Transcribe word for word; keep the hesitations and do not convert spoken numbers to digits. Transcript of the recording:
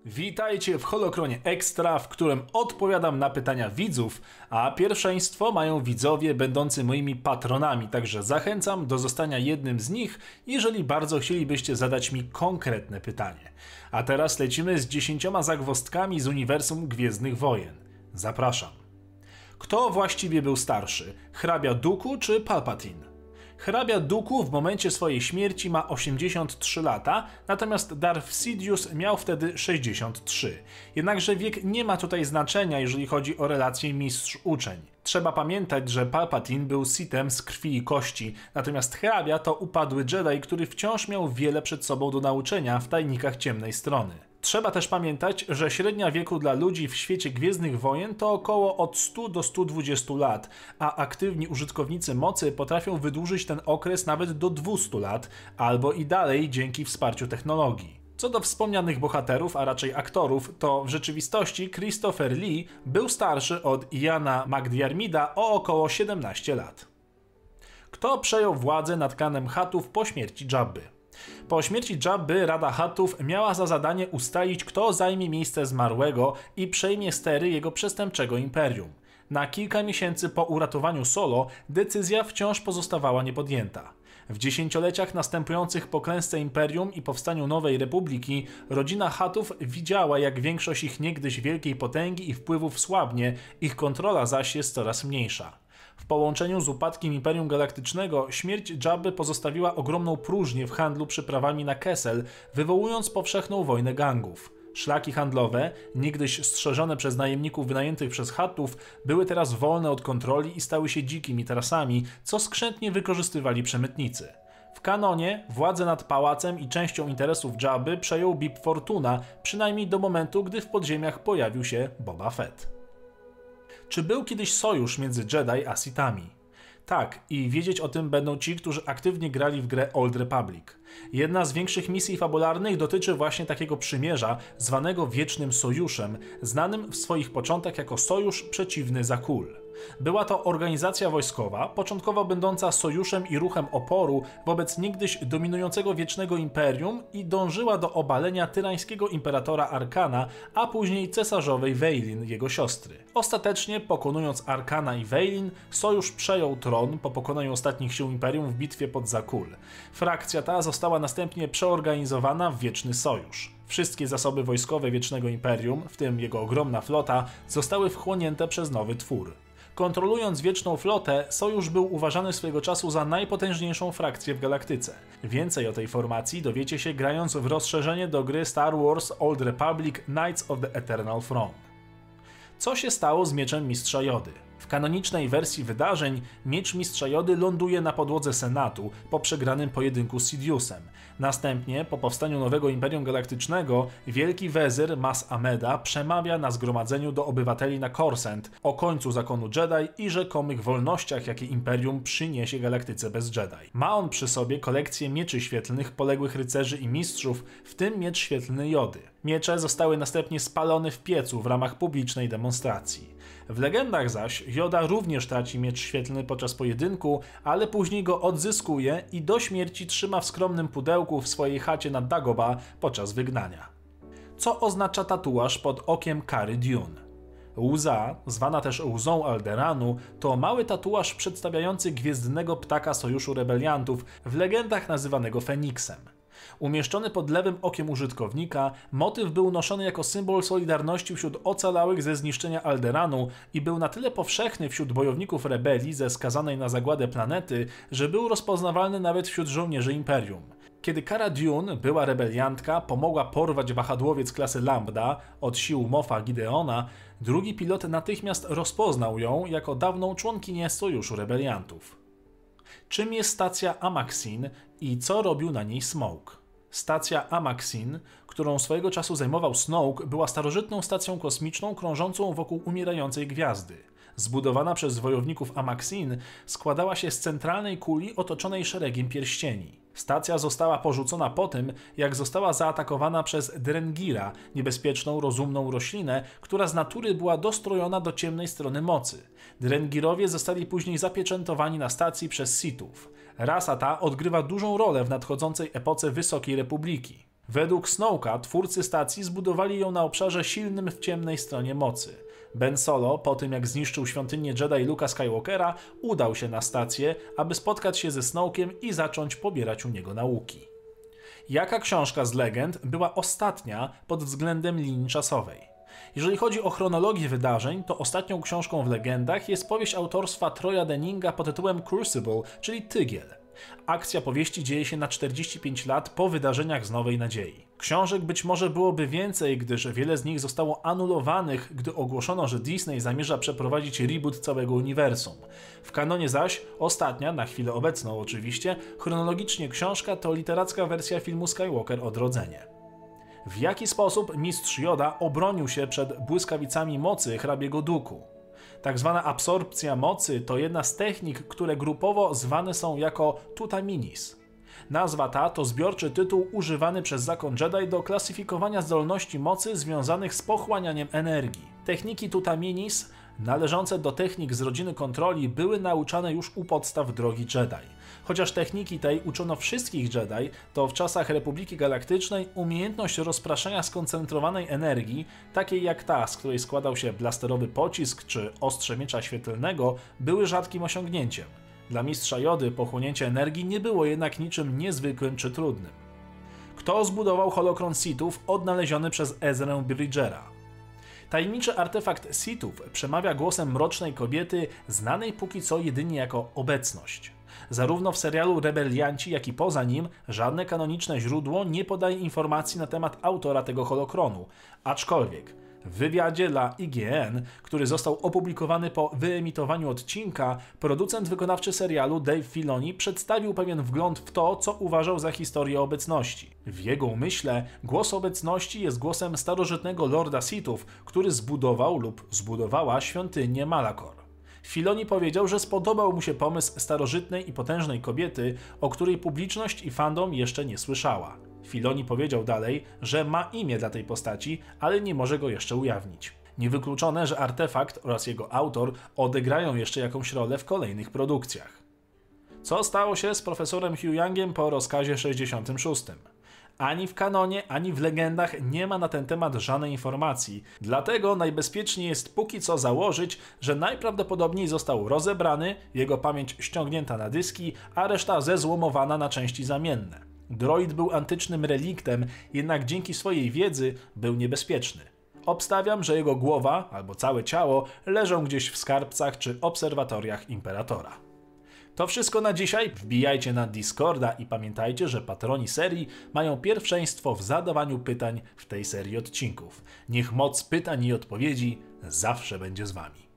Witajcie w Holokronie Extra, w którym odpowiadam na pytania widzów, a pierwszeństwo mają widzowie będący moimi patronami, także zachęcam do zostania jednym z nich, jeżeli bardzo chcielibyście zadać mi konkretne pytanie. A teraz lecimy z dziesięcioma zagwozdkami z uniwersum Gwiezdnych Wojen. Zapraszam. Kto właściwie był starszy? Hrabia Dooku czy Palpatine? Hrabia Dooku w momencie swojej śmierci ma osiemdziesiąt trzy lata, natomiast Darth Sidious miał wtedy sześćdziesiąt trzy. Jednakże wiek nie ma tutaj znaczenia, jeżeli chodzi o relację mistrz-uczeń. Trzeba pamiętać, że Palpatine był Sithem z krwi i kości, natomiast hrabia to upadły Jedi, który wciąż miał wiele przed sobą do nauczenia w tajnikach ciemnej strony. Trzeba też pamiętać, że średnia wieku dla ludzi w świecie Gwiezdnych Wojen to około od stu do stu dwudziestu lat, a aktywni użytkownicy mocy potrafią wydłużyć ten okres nawet do dwustu lat, albo i dalej dzięki wsparciu technologii. Co do wspomnianych bohaterów, a raczej aktorów, to w rzeczywistości Christopher Lee był starszy od Iana McDiarmida o około siedemnaście lat. Kto przejął władzę nad klanem Huttów po śmierci Jabby? Po śmierci Jabby Rada Huttów miała za zadanie ustalić, kto zajmie miejsce zmarłego i przejmie stery jego przestępczego imperium. Na kilka miesięcy po uratowaniu Solo decyzja wciąż pozostawała niepodjęta. W dziesięcioleciach następujących po klęsce imperium i powstaniu Nowej Republiki rodzina Huttów widziała, jak większość ich niegdyś wielkiej potęgi i wpływów słabnie, ich kontrola zaś jest coraz mniejsza. W połączeniu z upadkiem Imperium Galaktycznego śmierć Jabby pozostawiła ogromną próżnię w handlu przyprawami na Kessel, wywołując powszechną wojnę gangów. Szlaki handlowe, niegdyś strzeżone przez najemników wynajętych przez Huttów, były teraz wolne od kontroli i stały się dzikimi trasami, co skrzętnie wykorzystywali przemytnicy. W kanonie władzę nad pałacem i częścią interesów Jabby przejął Bib Fortuna, przynajmniej do momentu, gdy w podziemiach pojawił się Boba Fett. Czy był kiedyś sojusz między Jedi a Sithami? Tak, i wiedzieć o tym będą ci, którzy aktywnie grali w grę Old Republic. Jedna z większych misji fabularnych dotyczy właśnie takiego przymierza, zwanego Wiecznym Sojuszem, znanym w swoich początkach jako Sojusz Przeciwny Zakul. Była to organizacja wojskowa, początkowo będąca sojuszem i ruchem oporu wobec niegdyś dominującego Wiecznego Imperium i dążyła do obalenia tyrańskiego imperatora Arkana, a później cesarzowej Veilin, jego siostry. Ostatecznie, pokonując Arkana i Veilin, sojusz przejął tron po pokonaniu ostatnich sił Imperium w bitwie pod Zakul. Frakcja ta została następnie przeorganizowana w Wieczny Sojusz. Wszystkie zasoby wojskowe Wiecznego Imperium, w tym jego ogromna flota, zostały wchłonięte przez nowy twór. Kontrolując Wieczną Flotę, Sojusz był uważany swego czasu za najpotężniejszą frakcję w galaktyce. Więcej o tej formacji dowiecie się grając w rozszerzenie do gry Star Wars Old Republic Knights of the Eternal Throne. Co się stało z mieczem Mistrza Jody? W kanonicznej wersji wydarzeń miecz Mistrza Jody ląduje na podłodze Senatu po przegranym pojedynku z Sidiousem. Następnie, po powstaniu nowego Imperium Galaktycznego, Wielki Wezyr Mas Ameda przemawia na zgromadzeniu do obywateli na Coruscant o końcu zakonu Jedi i rzekomych wolnościach, jakie Imperium przyniesie galaktyce bez Jedi. Ma on przy sobie kolekcję mieczy świetlnych poległych rycerzy i mistrzów, w tym miecz świetlny Jody. Miecze zostały następnie spalone w piecu w ramach publicznej demonstracji. W legendach zaś Joda również traci miecz świetlny podczas pojedynku, ale później go odzyskuje i do śmierci trzyma w skromnym pudełku w swojej chacie na Dagobah podczas wygnania. Co oznacza tatuaż pod okiem Cara Dune? Łza, zwana też łzą Alderanu, to mały tatuaż przedstawiający gwiezdnego ptaka Sojuszu Rebeliantów, w legendach nazywanego Feniksem. Umieszczony pod lewym okiem użytkownika, motyw był noszony jako symbol solidarności wśród ocalałych ze zniszczenia Alderanu i był na tyle powszechny wśród bojowników rebelii ze skazanej na zagładę planety, że był rozpoznawalny nawet wśród żołnierzy Imperium. Kiedy Cara Dune, była rebeliantka, pomogła porwać wahadłowiec klasy Lambda od sił Moffa Gideona, drugi pilot natychmiast rozpoznał ją jako dawną członkinię Sojuszu Rebeliantów. Czym jest stacja Amaxin i co robił na niej Smoke? Stacja Amaxin, którą swojego czasu zajmował Snoke, była starożytną stacją kosmiczną krążącą wokół umierającej gwiazdy. Zbudowana przez wojowników Amaxin, składała się z centralnej kuli otoczonej szeregiem pierścieni. Stacja została porzucona po tym, jak została zaatakowana przez Drengira, niebezpieczną, rozumną roślinę, która z natury była dostrojona do ciemnej strony mocy. Drengirowie zostali później zapieczętowani na stacji przez Sithów. Rasa ta odgrywa dużą rolę w nadchodzącej epoce Wysokiej Republiki. Według Snowka twórcy stacji zbudowali ją na obszarze silnym w ciemnej stronie mocy. Ben Solo, po tym jak zniszczył świątynię Jedi Luke'a Skywalkera, udał się na stację, aby spotkać się ze Snowkiem i zacząć pobierać u niego nauki. Jaka książka z legend była ostatnia pod względem linii czasowej? Jeżeli chodzi o chronologię wydarzeń, to ostatnią książką w legendach jest powieść autorstwa Troya Denninga pod tytułem Crucible, czyli Tygiel. Akcja powieści dzieje się na czterdzieści pięć lat po wydarzeniach z Nowej Nadziei. Książek być może byłoby więcej, gdyż wiele z nich zostało anulowanych, gdy ogłoszono, że Disney zamierza przeprowadzić reboot całego uniwersum. W kanonie zaś ostatnia, na chwilę obecną oczywiście, chronologicznie książka to literacka wersja filmu Skywalker Odrodzenie. W jaki sposób mistrz Yoda obronił się przed błyskawicami mocy hrabiego Dooku? Tak zwana absorpcja mocy to jedna z technik, które grupowo zwane są jako tutaminis. Nazwa ta to zbiorczy tytuł używany przez zakon Jedi do klasyfikowania zdolności mocy związanych z pochłanianiem energii. Techniki tutaminis, należące do technik z rodziny kontroli, były nauczane już u podstaw drogi Jedi. Chociaż techniki tej uczono wszystkich Jedi, to w czasach Republiki Galaktycznej umiejętność rozpraszania skoncentrowanej energii, takiej jak ta, z której składał się blasterowy pocisk czy ostrze miecza świetlnego, były rzadkim osiągnięciem. Dla mistrza Jody pochłonięcie energii nie było jednak niczym niezwykłym czy trudnym. Kto zbudował holokron Sithów odnaleziony przez Ezrę Bridgera? Tajemniczy artefakt Sithów przemawia głosem mrocznej kobiety, znanej póki co jedynie jako obecność. Zarówno w serialu Rebelianci, jak i poza nim żadne kanoniczne źródło nie podaje informacji na temat autora tego holokronu, aczkolwiek w wywiadzie dla I G N, który został opublikowany po wyemitowaniu odcinka, producent wykonawczy serialu Dave Filoni przedstawił pewien wgląd w to, co uważał za historię obecności. W jego umyśle głos obecności jest głosem starożytnego lorda Sithów, który zbudował lub zbudowała świątynię Malachor. Filoni powiedział, że spodobał mu się pomysł starożytnej i potężnej kobiety, o której publiczność i fandom jeszcze nie słyszała. Filoni powiedział dalej, że ma imię dla tej postaci, ale nie może go jeszcze ujawnić. Niewykluczone, że artefakt oraz jego autor odegrają jeszcze jakąś rolę w kolejnych produkcjach. Co stało się z profesorem Hugh Youngiem po rozkazie sześćdziesiątym szóstym? Ani w kanonie, ani w legendach nie ma na ten temat żadnej informacji, dlatego najbezpieczniej jest póki co założyć, że najprawdopodobniej został rozebrany, jego pamięć ściągnięta na dyski, a reszta zezłomowana na części zamienne. Droid był antycznym reliktem, jednak dzięki swojej wiedzy był niebezpieczny. Obstawiam, że jego głowa albo całe ciało leżą gdzieś w skarbcach czy obserwatoriach Imperatora. To wszystko na dzisiaj, wbijajcie na Discorda i pamiętajcie, że patroni serii mają pierwszeństwo w zadawaniu pytań w tej serii odcinków. Niech moc pytań i odpowiedzi zawsze będzie z wami.